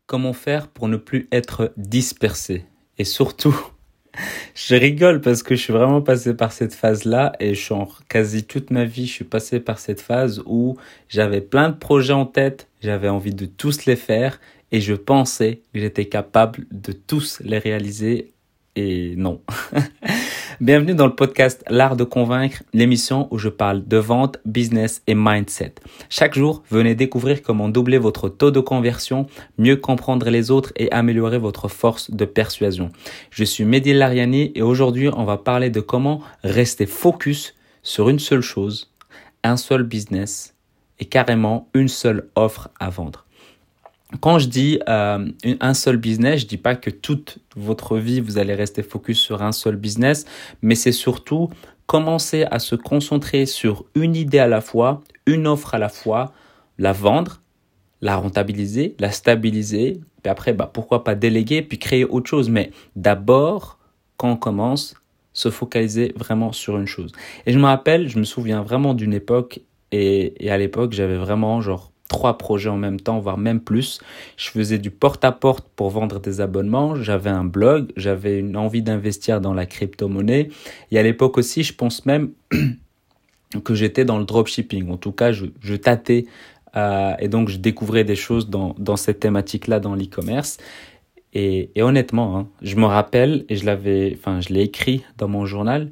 Comment faire pour ne plus être dispersé? Et surtout, je rigole parce que je suis vraiment passé par cette phase-là et quasi toute ma vie, je suis passé par cette phase où j'avais plein de projets en tête, j'avais envie de tous les faire et je pensais que j'étais capable de tous les réaliser et non. Bienvenue dans le podcast L'Art de Convaincre, l'émission où je parle de vente, business et mindset. Chaque jour, venez découvrir comment doubler votre taux de conversion, mieux comprendre les autres et améliorer votre force de persuasion. Je suis Mehdi Lariani et aujourd'hui, on va parler de comment rester focus sur une seule chose, un seul business et carrément une seule offre à vendre. Quand je dis un seul business, je dis pas que toute votre vie, vous allez rester focus sur un seul business, mais c'est surtout commencer à se concentrer sur une idée à la fois, une offre à la fois, la vendre, la rentabiliser, la stabiliser, puis après, pourquoi pas déléguer, puis créer autre chose. Mais d'abord, quand on commence, se focaliser vraiment sur une chose. Et je me souviens vraiment d'une époque, et à l'époque, j'avais vraiment 3 projets en même temps, voire même plus. Je faisais du porte-à-porte pour vendre des abonnements. J'avais un blog. J'avais une envie d'investir dans la crypto-monnaie. Et à l'époque aussi, je pense même que j'étais dans le dropshipping. En tout cas, je tâtais et donc je découvrais des choses dans cette thématique-là, dans l'e-commerce. Et honnêtement, je me rappelle, et je l'ai écrit dans mon journal,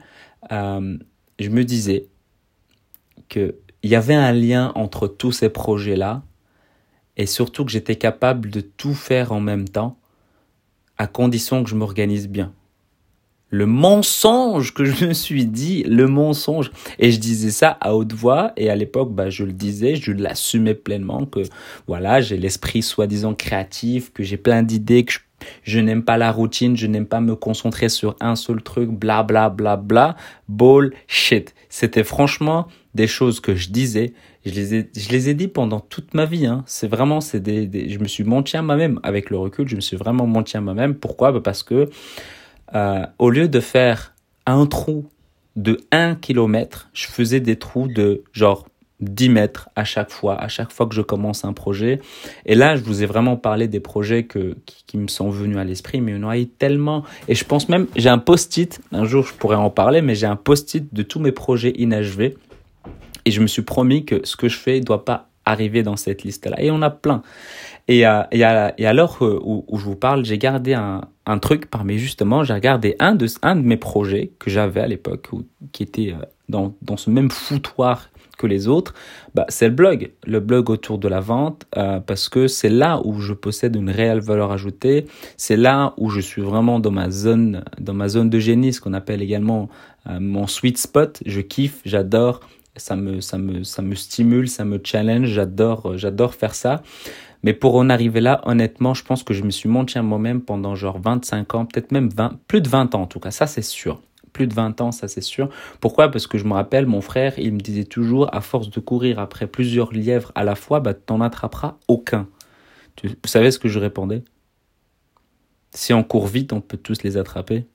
je me disais que il y avait un lien entre tous ces projets-là et surtout que j'étais capable de tout faire en même temps à condition que je m'organise bien. Le mensonge que je me suis dit, le mensonge. Et je disais ça à haute voix et à l'époque, je le disais, je l'assumais pleinement que voilà, j'ai l'esprit soi-disant créatif, que j'ai plein d'idées, que je n'aime pas la routine, je n'aime pas me concentrer sur un seul truc, bla bla bla bla, bullshit. C'était franchement des choses que je disais, je les ai dit pendant toute ma vie. Je me suis menti à moi-même. Avec le recul, je me suis vraiment menti à moi-même. Pourquoi? Parce que au lieu de faire un trou de 1 kilomètre, je faisais des trous de 10 mètres à chaque fois que je commence un projet. Et là, je vous ai vraiment parlé des projets qui me sont venus à l'esprit, mais il y en a eu tellement. Et je pense même, j'ai un post-it, un jour je pourrais en parler, mais j'ai un post-it de tous mes projets inachevés. Et je me suis promis que ce que je fais ne doit pas arriver dans cette liste-là. Et on a plein. Et à l'heure où je vous parle, j'ai gardé un truc j'ai regardé un de mes projets que j'avais à l'époque, qui était dans ce même foutoir que les autres, c'est le blog autour de la vente, parce que c'est là où je possède une réelle valeur ajoutée, c'est là où je suis vraiment dans ma zone de génie, ce qu'on appelle également mon sweet spot. Je kiffe, j'adore, ça me stimule, ça me challenge, j'adore faire ça. Mais pour en arriver là, honnêtement, je pense que je me suis menti à moi-même pendant 25 ans, peut-être même plus de 20 ans en tout cas, ça c'est sûr. Plus de 20 ans, ça c'est sûr. Pourquoi? Parce que je me rappelle, mon frère, il me disait toujours, à force de courir après plusieurs lièvres à la fois, t'en attraperas aucun. Vous savez ce que je répondais? Si on court vite, on peut tous les attraper.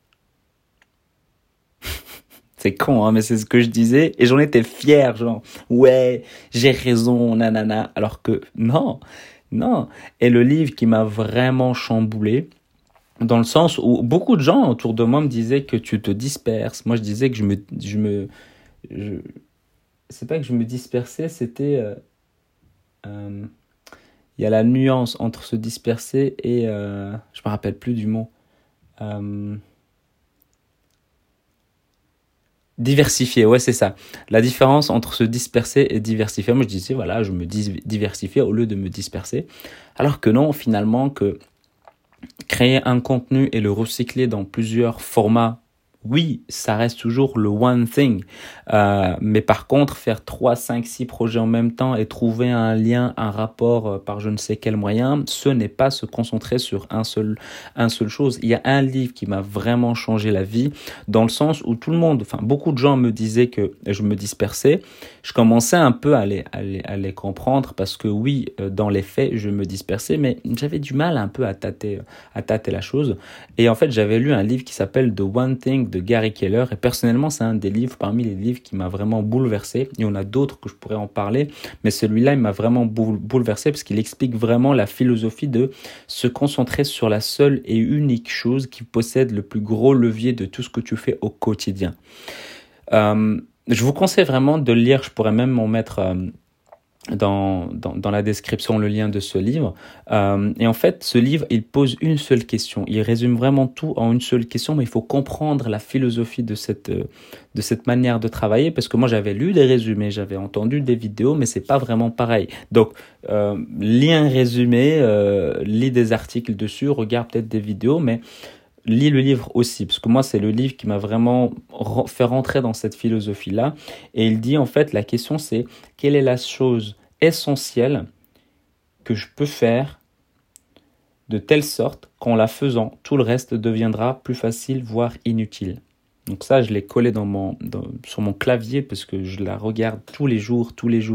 C'est con, mais c'est ce que je disais. Et j'en étais fier, ouais, j'ai raison, nanana. Alors que non. Et le livre qui m'a vraiment chamboulé, dans le sens où beaucoup de gens autour de moi me disaient que tu te disperses. Moi, je disais que c'est pas que je me dispersais, c'était, il y a la nuance entre se disperser et, je me rappelle plus du mot, diversifier, ouais, c'est ça. La différence entre se disperser et diversifier. Moi, je disais, voilà, je me diversifier au lieu de me disperser. Alors que non, finalement, que créer un contenu et le recycler dans plusieurs formats, oui, ça reste toujours le one thing. Mais par contre, faire 3, 5, 6 projets en même temps et trouver un lien, un rapport par je ne sais quel moyen, ce n'est pas se concentrer sur un seul chose. Il y a un livre qui m'a vraiment changé la vie, dans le sens où beaucoup de gens me disaient que je me dispersais. Je commençais un peu à les comprendre parce que oui, dans les faits, je me dispersais, mais j'avais du mal un peu à tâter la chose. Et en fait, j'avais lu un livre qui s'appelle The One Thing Think de Gary Keller. Et personnellement, c'est un des livres, parmi les livres qui m'a vraiment bouleversé. Il y en a d'autres que je pourrais en parler, mais celui-là, il m'a vraiment bouleversé parce qu'il explique vraiment la philosophie de se concentrer sur la seule et unique chose qui possède le plus gros levier de tout ce que tu fais au quotidien. Je vous conseille vraiment de le lire. Je pourrais même en mettre dans la description le lien de ce livre. Et en fait, ce livre, il pose une seule question. Il résume vraiment tout en une seule question, mais il faut comprendre la philosophie de cette manière de travailler, parce que moi, j'avais lu des résumés, j'avais entendu des vidéos, mais c'est pas vraiment pareil. Donc, lis un résumé, lis des articles dessus, regarde peut-être des vidéos, mais lis le livre aussi, parce que moi, c'est le livre qui m'a vraiment fait rentrer dans cette philosophie-là. Et il dit, en fait, la question, c'est quelle est la chose essentielle que je peux faire de telle sorte qu'en la faisant, tout le reste deviendra plus facile, voire inutile. Donc ça, je l'ai collé sur mon clavier parce que je la regarde tous les jours.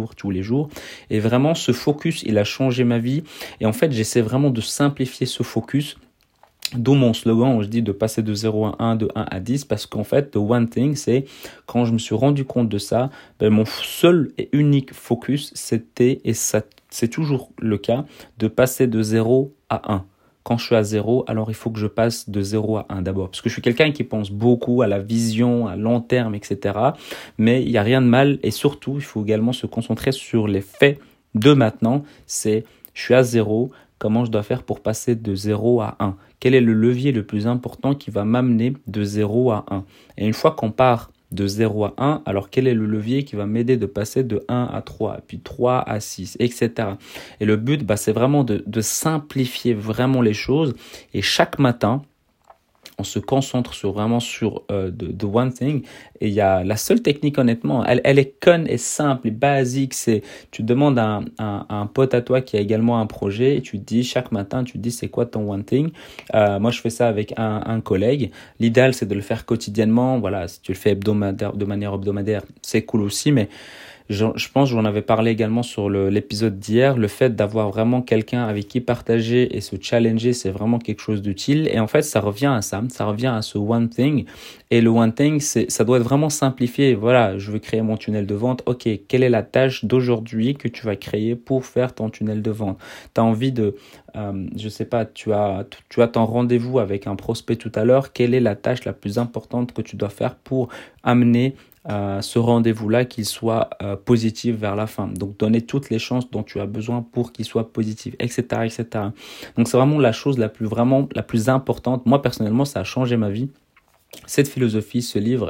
Et vraiment, ce focus, il a changé ma vie. Et en fait, j'essaie vraiment de simplifier ce focus. D'où mon slogan où je dis de passer de 0 à 1, de 1 à 10, parce qu'en fait, the one thing, c'est quand je me suis rendu compte de ça, mon seul et unique focus, c'était, et ça, c'est toujours le cas, de passer de 0 à 1. Quand je suis à 0, alors il faut que je passe de 0 à 1 d'abord. Parce que je suis quelqu'un qui pense beaucoup à la vision, à long terme, etc. Mais il n'y a rien de mal. Et surtout, il faut également se concentrer sur les faits de maintenant. C'est, je suis à 0, comment je dois faire pour passer de 0 à 1 ? Quel est le levier le plus important qui va m'amener de 0 à 1 ? Et une fois qu'on part de 0 à 1, alors quel est le levier qui va m'aider de passer de 1 à 3, puis 3 à 6, etc. Et le but, c'est vraiment de simplifier vraiment les choses. Et chaque matin, on se concentre vraiment sur the one thing. Et il y a la seule technique, honnêtement, elle est conne et simple et basique. C'est, tu demandes à un pote à toi qui a également un projet et tu te dis, chaque matin, tu te dis c'est quoi ton one thing. Moi, je fais ça avec un collègue. L'idéal, c'est de le faire quotidiennement. Voilà, si tu le fais de manière hebdomadaire, c'est cool aussi, mais je pense que j'en avais parlé également sur l'épisode d'hier. Le fait d'avoir vraiment quelqu'un avec qui partager et se challenger, c'est vraiment quelque chose d'utile. Et en fait, ça revient à ça. Ça revient à ce one thing. Et le one thing, ça doit être vraiment simplifié. Voilà, je veux créer mon tunnel de vente. Ok, quelle est la tâche d'aujourd'hui que tu vas créer pour faire ton tunnel de vente ? Tu as envie de, je sais pas, tu as ton rendez-vous avec un prospect tout à l'heure. Quelle est la tâche la plus importante que tu dois faire pour amener ce rendez-vous-là qu'il soit positif vers la fin. Donc, donner toutes les chances dont tu as besoin pour qu'il soit positif, etc., etc. Donc, c'est vraiment la chose la plus importante. Moi, personnellement, ça a changé ma vie. Cette philosophie, ce livre,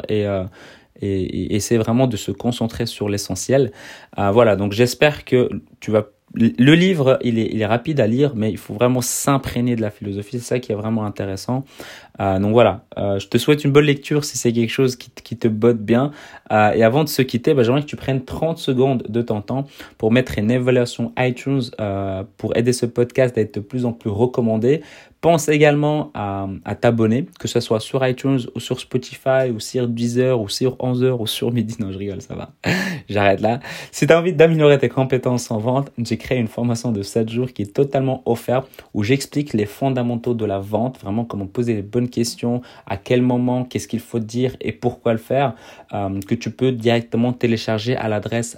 et c'est vraiment de se concentrer sur l'essentiel. Voilà, donc j'espère que tu vas... Le livre, il est rapide à lire, mais il faut vraiment s'imprégner de la philosophie. C'est ça qui est vraiment intéressant. Donc voilà, je te souhaite une bonne lecture si c'est quelque chose qui te botte bien. Et avant de se quitter, j'aimerais que tu prennes 30 secondes de ton temps pour mettre une évaluation iTunes pour aider ce podcast à être de plus en plus recommandé. Pense également à t'abonner, que ce soit sur iTunes ou sur Spotify ou sur Deezer ou sur 11h ou sur Midi. Non, je rigole, ça va. J'arrête là. Si tu as envie d'améliorer tes compétences en vente, j'ai créé une formation de 7 jours qui est totalement offerte où j'explique les fondamentaux de la vente, vraiment comment poser les bonnes questions, à quel moment, qu'est-ce qu'il faut dire et pourquoi le faire, que tu peux directement télécharger à l'adresse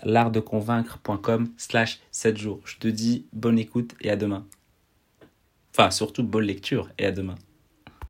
l'artdeconvaincre.com/7 jours. Je te dis bonne écoute et à demain. Enfin, surtout bonne lecture et à demain.